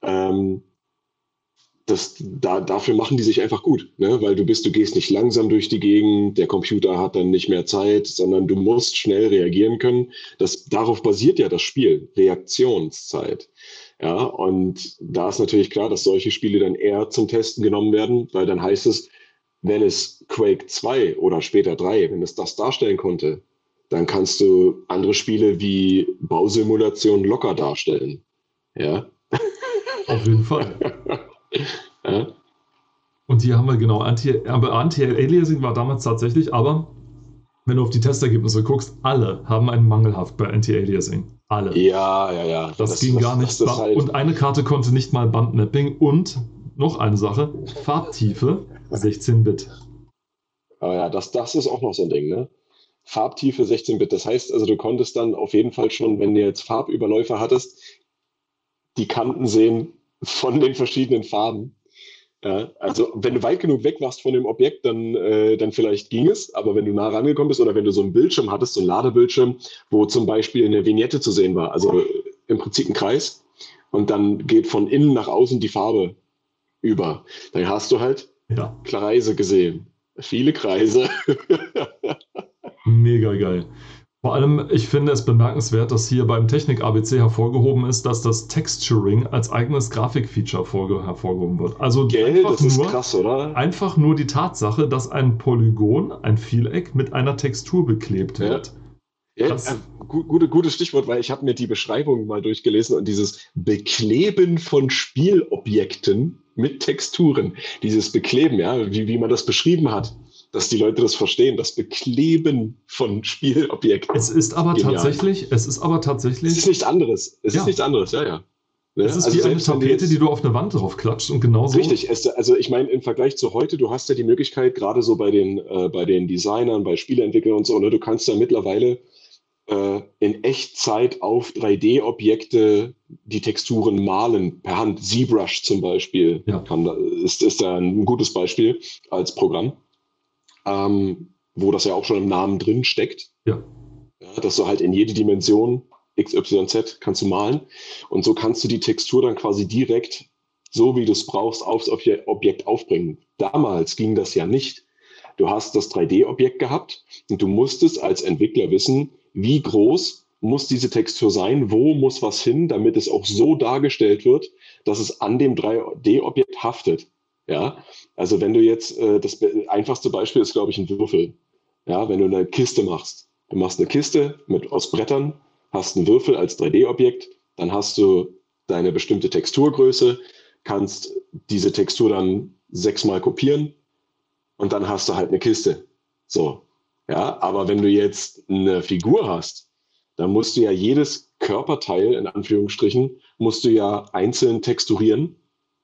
dafür machen die sich einfach gut, ne? Weil du gehst nicht langsam durch die Gegend, der Computer hat dann nicht mehr Zeit, sondern du musst schnell reagieren können. Darauf basiert ja das Spiel, Reaktionszeit. Ja, und da ist natürlich klar, dass solche Spiele dann eher zum Testen genommen werden, weil dann heißt es, wenn es Quake 2 oder später 3, wenn es das darstellen konnte, dann kannst du andere Spiele wie Bausimulation locker darstellen. Ja. Auf jeden Fall. Ja. Und hier haben wir genau, Anti-Aliasing war damals tatsächlich, aber wenn du auf die Testergebnisse guckst, alle haben einen mangelhaft bei Anti-Aliasing. Alle. Ja. Das ging gar nicht. Halt. Und eine Karte konnte nicht mal Bandmapping und noch eine Sache, Farbtiefe 16-Bit. Ja, das ist auch noch so ein Ding, ne? Farbtiefe 16-Bit. Das heißt, also du konntest dann auf jeden Fall schon, wenn du jetzt Farbüberläufer hattest, die Kanten sehen von den verschiedenen Farben. Ja, also wenn du weit genug weg warst von dem Objekt, dann vielleicht ging es, aber wenn du nah rangekommen bist oder wenn du so einen Bildschirm hattest, so einen Ladebildschirm, wo zum Beispiel eine Vignette zu sehen war, also im Prinzip ein Kreis und dann geht von innen nach außen die Farbe über, dann hast du halt Kreise gesehen. Viele Kreise. Mega geil. Vor allem, ich finde es bemerkenswert, dass hier beim Technik-ABC hervorgehoben ist, dass das Texturing als eigenes Grafikfeature hervorgehoben wird. Also das ist krass, oder? Einfach nur die Tatsache, dass ein Polygon, ein Vieleck, mit einer Textur beklebt wird. Ja, gutes Stichwort, weil ich habe mir die Beschreibung mal durchgelesen und dieses Bekleben von Spielobjekten mit Texturen, dieses Bekleben, ja, wie man das beschrieben hat, dass die Leute das verstehen, das Bekleben von Spielobjekten. Es ist aber tatsächlich. Es ist nichts anderes. Es ist nichts anderes, ja. Es ist wie eine Tapete, die du auf eine Wand drauf klatscht und genauso. Richtig, also ich meine, im Vergleich zu heute, du hast ja die Möglichkeit, gerade so bei den Designern, bei Spieleentwicklern und so, ne, du kannst ja mittlerweile in Echtzeit auf 3D-Objekte die Texturen malen, per Hand. ZBrush zum Beispiel ist da ein gutes Beispiel als Programm. Wo das ja auch schon im Namen drin steckt. Ja, dass du halt in jede Dimension XYZ kannst du malen und so kannst du die Textur dann quasi direkt, so wie du es brauchst, aufs Objekt aufbringen. Damals ging das ja nicht. Du hast das 3D-Objekt gehabt und du musstest als Entwickler wissen, wie groß muss diese Textur sein, wo muss was hin, damit es auch so dargestellt wird, dass es an dem 3D-Objekt haftet. Ja, also wenn du jetzt, das einfachste Beispiel ist, glaube ich, ein Würfel. Ja, wenn du eine Kiste machst. Du machst eine Kiste aus Brettern, hast einen Würfel als 3D-Objekt, dann hast du deine bestimmte Texturgröße, kannst diese Textur dann 6-mal kopieren und dann hast du halt eine Kiste. So, ja, aber wenn du jetzt eine Figur hast, dann musst du ja jedes Körperteil, in Anführungsstrichen, musst du ja einzeln texturieren.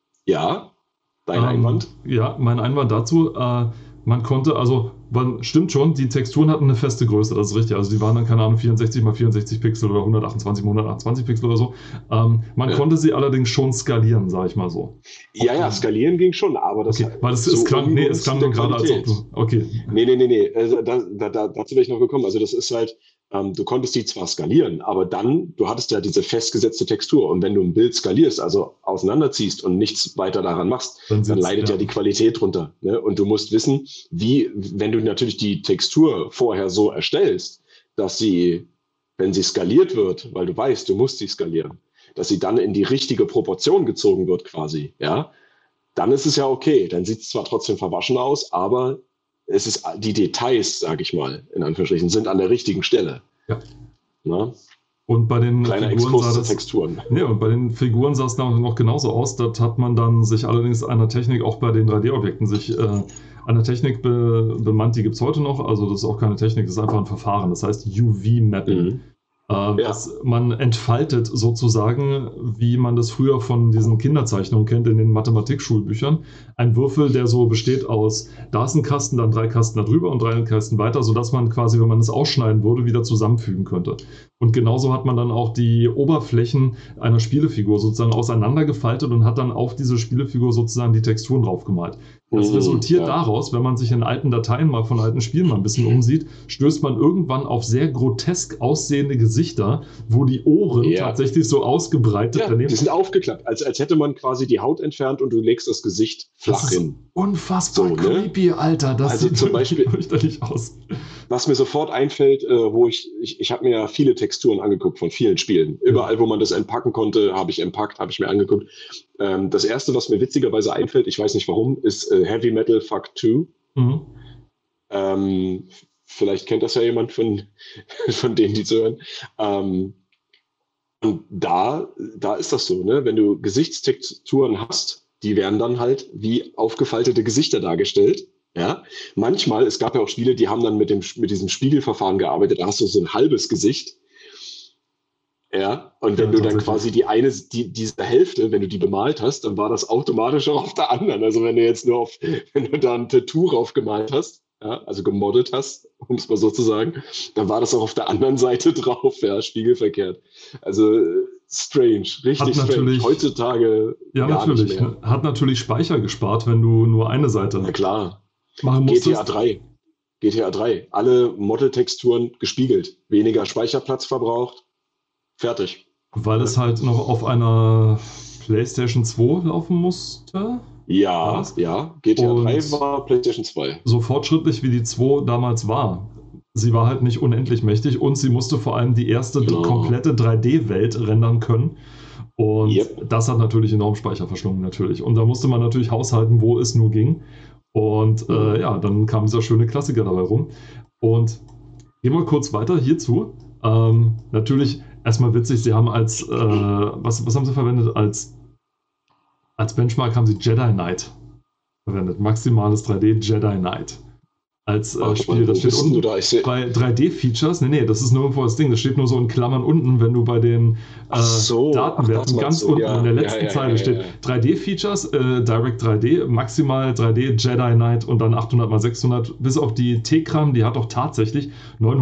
Ja. Dein Einwand? Ja, mein Einwand dazu, man konnte, stimmt schon, die Texturen hatten eine feste Größe, das ist richtig, also die waren dann, keine Ahnung, 64 x 64 Pixel oder 128 x 128 Pixel oder so. Man konnte sie allerdings schon skalieren, sage ich mal so. Ja, skalieren ging schon, aber das... Okay, weil es klang nur gerade, als ob du... Okay. Nee, dazu wäre ich noch gekommen, also das ist halt... Du konntest die zwar skalieren, aber dann, du hattest ja diese festgesetzte Textur und wenn du ein Bild skalierst, also auseinanderziehst und nichts weiter daran machst, dann leidet ja die Qualität drunter. Ne? Und du musst wissen, wenn du natürlich die Textur vorher so erstellst, dass sie, wenn sie skaliert wird, weil du weißt, du musst sie skalieren, dass sie dann in die richtige Proportion gezogen wird quasi, ja, dann ist es ja okay. Dann sieht es zwar trotzdem verwaschen aus, aber es ist die Details, sage ich mal, in Anführungsstrichen, sind an der richtigen Stelle. Ja. Na? Und bei den Texturen. Nee, und bei den Figuren sah es dann noch genauso aus. Das hat man dann sich allerdings einer Technik, auch bei den 3D-Objekten, einer Technik bemannt, die gibt es heute noch. Also das ist auch keine Technik, das ist einfach ein Verfahren. Das heißt UV-Mapping. Man entfaltet sozusagen, wie man das früher von diesen Kinderzeichnungen kennt in den Mathematikschulbüchern, ein Würfel, der so besteht aus, da ist ein Kasten, dann 3 Kasten da drüber und 3 Kasten weiter, sodass man quasi, wenn man es ausschneiden würde, wieder zusammenfügen könnte. Und genauso hat man dann auch die Oberflächen einer Spielefigur sozusagen auseinandergefaltet und hat dann auf diese Spielefigur sozusagen die Texturen draufgemalt. Das resultiert daraus, wenn man sich in alten Dateien mal von alten Spielen mal ein bisschen umsieht, stößt man irgendwann auf sehr grotesk aussehende Gesichter, wo die Ohren tatsächlich so ausgebreitet daneben. Die sind aufgeklappt, als hätte man quasi die Haut entfernt und du legst das Gesicht flach hin. Unfassbar creepy, Alter. Das also sieht zum Beispiel fürchterlich aus. Was mir sofort einfällt, wo ich habe mir ja viele Texturen angeguckt von vielen Spielen. Überall, wo man das entpacken konnte, habe ich mir angeguckt. Das erste, was mir witzigerweise einfällt, ich weiß nicht warum, ist Heavy Metal Fuck 2. Vielleicht kennt das ja jemand von denen, die zuhören. Und da ist das so, ne? Wenn du Gesichtstexturen hast, die werden dann halt wie aufgefaltete Gesichter dargestellt. Ja, manchmal, es gab ja auch Spiele, die haben dann mit diesem Spiegelverfahren gearbeitet, da hast du so ein halbes Gesicht. Ja, und wenn du dann quasi diese Hälfte, wenn du die bemalt hast, dann war das automatisch auch auf der anderen. Also wenn du da ein Tattoo drauf gemalt hast, ja, also gemoddet hast, um es mal so zu sagen, dann war das auch auf der anderen Seite drauf, ja, spiegelverkehrt. Also strange, richtig strange. Heutzutage gar nicht mehr. Hat natürlich Speicher gespart, wenn du nur eine Seite machen musstest. GTA 3, alle Modeltexturen gespiegelt, weniger Speicherplatz verbraucht, fertig. Weil es halt noch auf einer PlayStation 2 laufen musste? Ja, GTA 3 war PlayStation 2. So fortschrittlich wie die 2 damals war. Sie war halt nicht unendlich mächtig und sie musste vor allem die erste komplette 3D-Welt rendern können. Und das hat natürlich enorm Speicher verschlungen, natürlich. Und da musste man natürlich haushalten, wo es nur ging. Und dann kam dieser schöne Klassiker dabei rum. Und gehen wir kurz weiter hierzu. Natürlich erstmal witzig, sie haben als, was haben sie verwendet? Als Benchmark haben sie Jedi Knight verwendet. Maximales 3D Jedi Knight. Als Spiel. Das steht unten bei 3D-Features. Nee, das ist nirgendwo das Ding. Das steht nur so in Klammern unten, wenn du bei den Datenwerten ganz unten in der letzten Zeile steht 3D-Features, Direct 3D, maximal 3D, Jedi Knight und dann 800x600. Bis auf die Tekram, die hat auch tatsächlich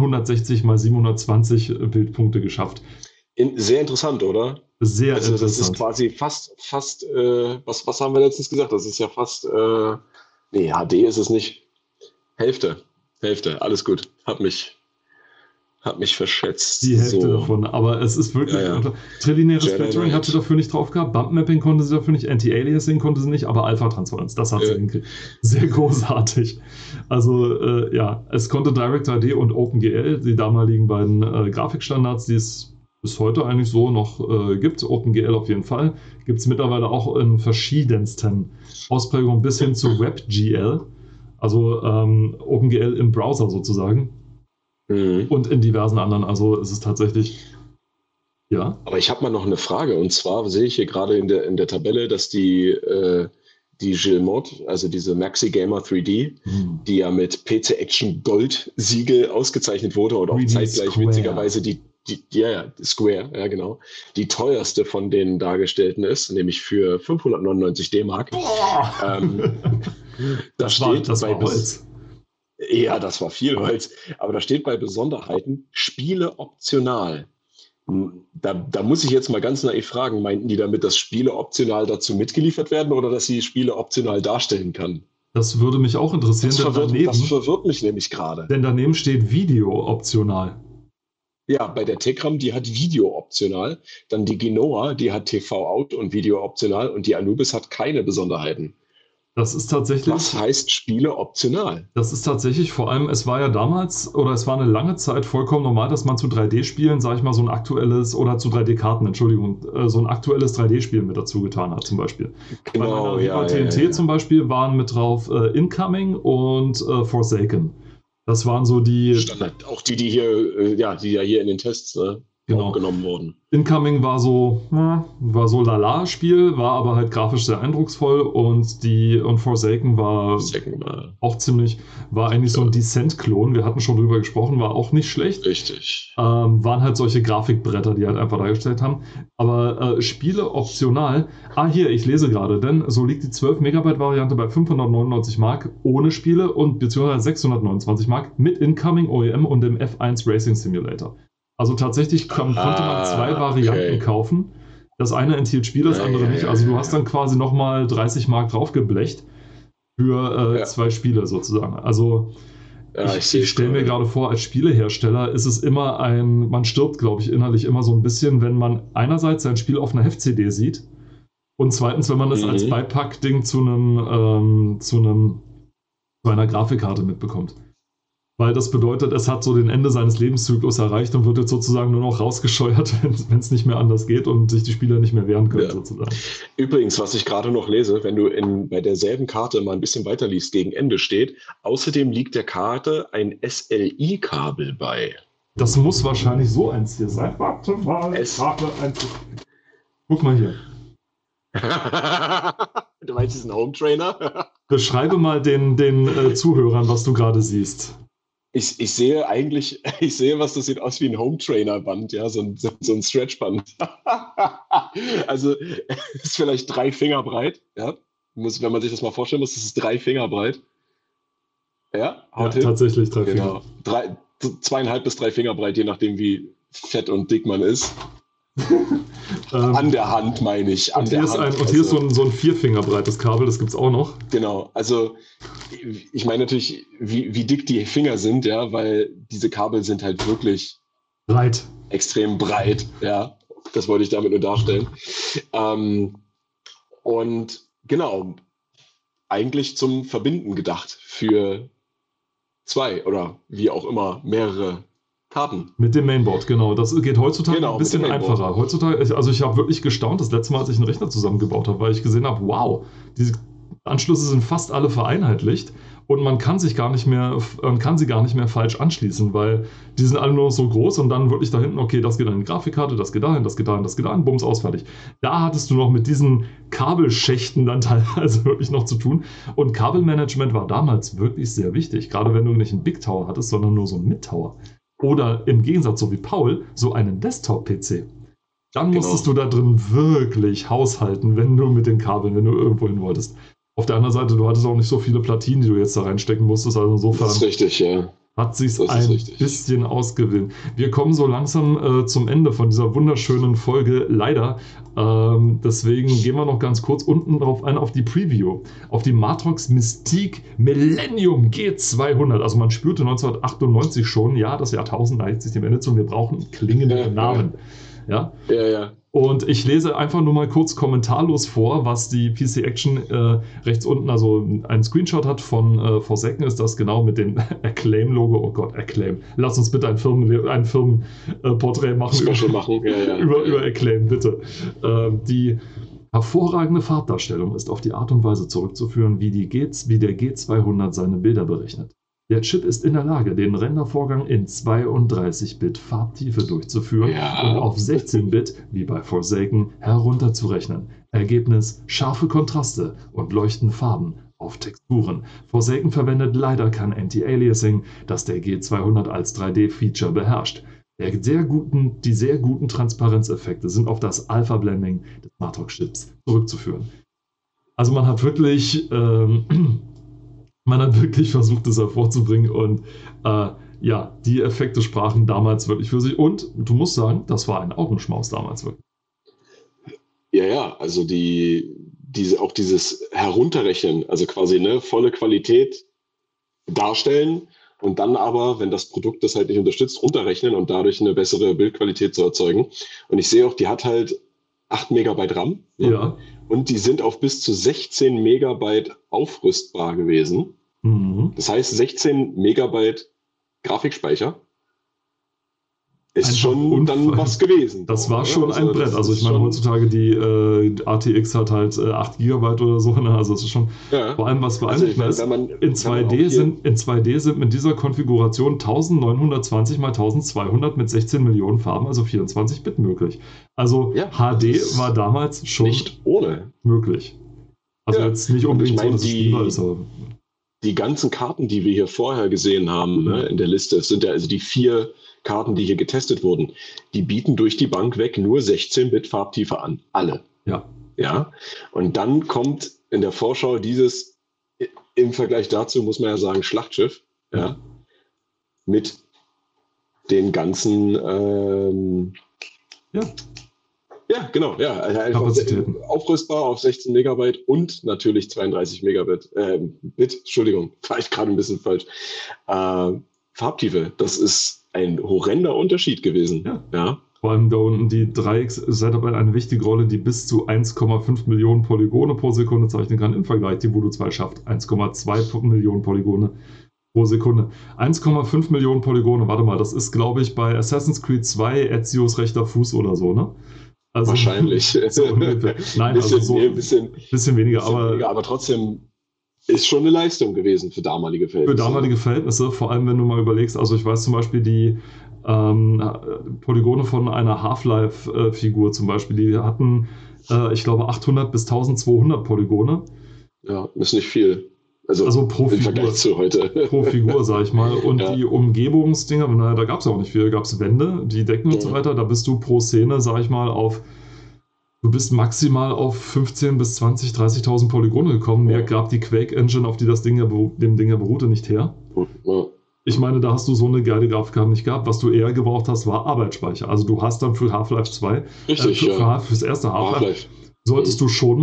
960x720 Bildpunkte geschafft. Sehr interessant, oder? Sehr interessant. Das ist quasi fast was haben wir letztens gesagt? Das ist ja fast, HD ist es nicht. Hälfte, alles gut. Hab mich verschätzt. Die Hälfte davon, aber es ist wirklich... Trillineares Filtering hat sie dafür nicht drauf gehabt, Bump-Mapping konnte sie dafür nicht, Anti-Aliasing konnte sie nicht, aber Alpha-Transparenz, das hat sie hingekriegt. Sehr großartig. Also, es konnte Direct 3D und OpenGL, die damaligen beiden Grafikstandards, die es bis heute eigentlich so noch gibt. OpenGL auf jeden Fall. Gibt es mittlerweile auch in verschiedensten Ausprägungen bis hin zu WebGL. Also OpenGL im Browser sozusagen und in diversen anderen. Also es ist tatsächlich, Aber ich habe mal noch eine Frage und zwar sehe ich hier gerade in der Tabelle, dass die Guillemot, also diese Maxi Gamer 3D, die ja mit PC Action Gold Siegel ausgezeichnet wurde und auch zeitgleich Square. Witzigerweise Square, ja genau, die teuerste von den dargestellten ist, nämlich für 599 D-Mark. Das war Holz. Ja, das war viel Holz. Aber da steht bei Besonderheiten Spiele optional. Da muss ich jetzt mal ganz naiv fragen, meinten die damit, dass Spiele optional dazu mitgeliefert werden oder dass sie Spiele optional darstellen kann? Das würde mich auch interessieren. Das verwirrt mich nämlich gerade. Denn daneben steht Video optional. Ja, bei der Tekram, die hat Video optional. Dann die Genoa, die hat TV-Out und Video optional. Und die Anubis hat keine Besonderheiten. Das ist tatsächlich... Was heißt Spiele optional? Das ist tatsächlich vor allem, es war ja damals, oder es war eine lange Zeit vollkommen normal, dass man zu 3D-Spielen, sag ich mal, so ein aktuelles, oder zu 3D-Karten, Entschuldigung, so ein aktuelles 3D-Spiel mit dazu getan hat, zum Beispiel. Genau, bei TNT zum Beispiel waren mit drauf Incoming und Forsaken. Das waren so die... Standard. Auch die hier, die ja hier in den Tests, ne? aufgenommen worden. Incoming war so Lala-Spiel, war aber halt grafisch sehr eindrucksvoll und Forsaken war auch ziemlich, war eigentlich so ein Descent-Klon, wir hatten schon drüber gesprochen, war auch nicht schlecht. Richtig. Waren halt solche Grafikbretter, die halt einfach dargestellt haben. Aber Spiele optional, hier, ich lese gerade, denn so liegt die 12 Megabyte Variante bei 599 Mark ohne Spiele und beziehungsweise 629 Mark mit Incoming OEM und dem F1 Racing Simulator. Also tatsächlich konnte man zwei Varianten kaufen. Das eine enthielt Spiele, das andere nicht. Also du hast dann quasi nochmal 30 Mark draufgeblecht für zwei Spiele sozusagen. Also ich stelle mir gerade vor, als Spielehersteller ist es immer man stirbt, glaube ich, innerlich immer so ein bisschen, wenn man einerseits sein Spiel auf einer Heft-CD sieht und zweitens, wenn man es als Beipackding zu einer Grafikkarte mitbekommt. Weil das bedeutet, es hat so den Ende seines Lebenszyklus erreicht und wird jetzt sozusagen nur noch rausgescheuert, wenn es nicht mehr anders geht und sich die Spieler nicht mehr wehren können, sozusagen. Übrigens, was ich gerade noch lese, wenn du bei derselben Karte mal ein bisschen weiter liest, gegen Ende steht, außerdem liegt der Karte ein SLI-Kabel bei. Das muss wahrscheinlich so eins hier sein. Warte mal, guck mal hier. Du meinst diesen Home-Trainer? Beschreibe mal den Zuhörern, was du gerade siehst. Ich sehe, was das sieht aus wie ein Home-Trainer-Band, ja, so ein Stretch-Band. Also, ist vielleicht 3 Finger breit, ja. Wenn man sich das mal vorstellen muss, ist es 3 Finger breit. Ja, tatsächlich 3 Finger. Genau, 2,5 bis 3 Finger breit, je nachdem, wie fett und dick man ist. An der Hand, meine ich. Hier ist so ein 4 Finger breites Kabel, das gibt es auch noch. Genau, also ich meine natürlich, wie dick die Finger sind, ja, weil diese Kabel sind halt wirklich breit. Extrem breit, ja. Das wollte ich damit nur darstellen. Und genau, eigentlich zum Verbinden gedacht für 2 oder wie auch immer mehrere Karten. Mit dem Mainboard, genau. Das geht heutzutage ein bisschen einfacher. Heutzutage, also ich habe wirklich gestaunt, das letzte Mal, als ich einen Rechner zusammengebaut habe, weil ich gesehen habe, wow, diese Anschlüsse sind fast alle vereinheitlicht und man kann sie gar nicht mehr falsch anschließen, weil die sind alle nur noch so groß und dann wirklich da hinten, okay, das geht an die Grafikkarte, das geht dahin, das geht dahin, das geht dahin, bums, aus, fertig. Da hattest du noch mit diesen Kabelschächten dann teilweise wirklich noch zu tun und Kabelmanagement war damals wirklich sehr wichtig, gerade wenn du nicht einen Big Tower hattest, sondern nur so einen Mid-Tower. Oder im Gegensatz, so wie Paul, so einen Desktop-PC. Dann musstest du da drin wirklich haushalten, wenn du irgendwo hin wolltest. Auf der anderen Seite, du hattest auch nicht so viele Platinen, die du jetzt da reinstecken musstest. Also insofern das ist richtig, ja. Hat sich's ein bisschen ausgewählt. Wir kommen so langsam zum Ende von dieser wunderschönen Folge, leider. Deswegen gehen wir noch ganz kurz unten drauf ein, auf die Preview. Auf die Matrox Mystique Millennium G200. Also man spürte 1998 schon, ja, das Jahrtausend neigt sich dem Ende zu. Wir brauchen klingende Namen. Ja. Und ich lese einfach nur mal kurz kommentarlos vor, was die PC Action rechts unten, also ein Screenshot hat von Forsaken, ist das genau mit dem Acclaim-Logo. Oh Gott, Acclaim. Lass uns bitte ein Firmenporträt machen. Über Acclaim, bitte. Die hervorragende Farbdarstellung ist auf die Art und Weise zurückzuführen, wie der G200 seine Bilder berechnet. Der Chip ist in der Lage, den Rendervorgang in 32-Bit Farbtiefe durchzuführen und auf 16-Bit, wie bei Forsaken, herunterzurechnen. Ergebnis: scharfe Kontraste und leuchtende Farben auf Texturen. Forsaken verwendet leider kein Anti-Aliasing, das der G200 als 3D-Feature beherrscht. Die sehr guten Transparenzeffekte sind auf das Alpha-Blending des Matrox-Chips zurückzuführen. Also man hat wirklich versucht, das hervorzubringen und die Effekte sprachen damals wirklich für sich. Und du musst sagen, das war ein Augenschmaus damals wirklich. Ja, also auch dieses Herunterrechnen, also quasi volle Qualität darstellen und dann aber, wenn das Produkt das halt nicht unterstützt, runterrechnen und dadurch eine bessere Bildqualität zu erzeugen. Und ich sehe auch, die hat halt 8 Megabyte RAM. Ja. Und die sind auf bis zu 16 Megabyte aufrüstbar gewesen. Das heißt, 16 Megabyte Grafikspeicher ist schon dann was gewesen. Das war schon ein Brett. Also ich meine, heutzutage die RTX hat halt 8 GB oder so. Ne? Also es ist schon, vor allem was beeindruckend ist, in 2D sind mit dieser Konfiguration 1920 x 1200 mit 16 Millionen Farben, also 24-Bit möglich. Also HD war damals schon nicht ohne möglich. Also jetzt nicht unbedingt so, dass es spielbar ist, aber die ganzen Karten, die wir hier vorher gesehen haben, ne, in der Liste, es sind ja also die 4 Karten, die hier getestet wurden, die bieten durch die Bank weg nur 16-Bit Farbtiefe an. Alle. Ja. Und dann kommt in der Vorschau dieses, im Vergleich dazu muss man ja sagen, Schlachtschiff, mit den ganzen genau, einfach aufrüstbar auf 16 Megabyte und natürlich 32 Megabit, Entschuldigung, war ich gerade ein bisschen falsch. Farbtiefe, das ist ein horrender Unterschied gewesen. Ja. Vor allem da unten die 3X-Setup eine wichtige Rolle, die bis zu 1,5 Millionen Polygone pro Sekunde zeichnen kann, im Vergleich die Voodoo 2 schafft 1,2 Millionen Polygone pro Sekunde. 1,5 Millionen Polygone, warte mal, das ist, glaube ich, bei Assassin's Creed 2 Ezios rechter Fuß oder so, ne? Also, wahrscheinlich. So ungefähr. Nein, ein bisschen weniger, aber trotzdem ist schon eine Leistung gewesen für damalige Verhältnisse. Vor allem, wenn du mal überlegst, also ich weiß zum Beispiel die Polygone von einer Half-Life-Figur zum Beispiel, die hatten, ich glaube, 800 bis 1200 Polygone. Ja, ist nicht viel. Also pro im Vergleich zu heute. Pro Figur, sag ich mal. Und die Umgebungsdinger, da gab es ja auch nicht viel. Da gab es Wände, die Decken und so weiter. Da bist du pro Szene, sag ich mal, du bist maximal auf 15.000 bis 20.000, 30.000 Polygone gekommen. Mehr gab die Quake-Engine, auf die das Ding dem Ding ja beruhte, nicht her. Ich meine, da hast du so eine geile Grafik nicht gehabt. Was du eher gebraucht hast, war Arbeitsspeicher. Also du hast dann für Half-Life 2, fürs erste Half-Life, solltest du schon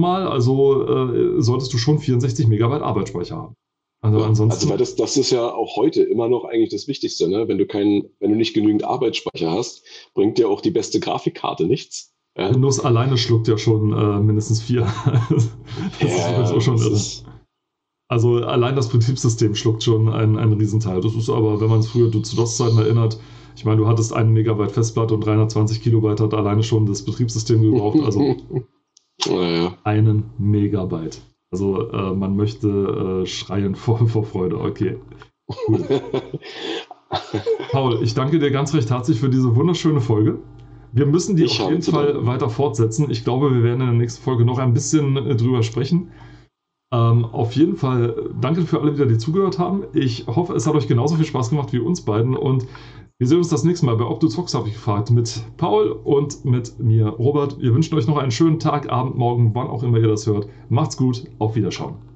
64 Megabyte Arbeitsspeicher haben. Also weil das ist ja auch heute immer noch eigentlich das Wichtigste, ne? Wenn du nicht genügend Arbeitsspeicher hast, bringt dir auch die beste Grafikkarte nichts. Ja? Windows alleine schluckt ja schon mindestens 4. Das ist schon irre. Also allein das Betriebssystem schluckt schon einen Riesenteil. Das ist aber, wenn man es früher zu DOS-Zeiten erinnert, ich meine, du hattest 1 Megabyte Festplatte und 320 Kilobyte hat alleine schon das Betriebssystem gebraucht. Also 1 Megabyte. Also man möchte schreien vor Freude. Okay. Gut. Paul, ich danke dir ganz recht herzlich für diese wunderschöne Folge. Wir müssen die auf jeden Fall weiter fortsetzen. Ich glaube, wir werden in der nächsten Folge noch ein bisschen drüber sprechen. Auf jeden Fall danke für alle wieder, die zugehört haben. Ich hoffe, es hat euch genauso viel Spaß gemacht wie uns beiden und wir sehen uns das nächste Mal bei Ob du zockst, habe ich gefragt, mit Paul und mit mir, Robert. Wir wünschen euch noch einen schönen Tag, Abend, Morgen, wann auch immer ihr das hört. Macht's gut, auf Wiederschauen.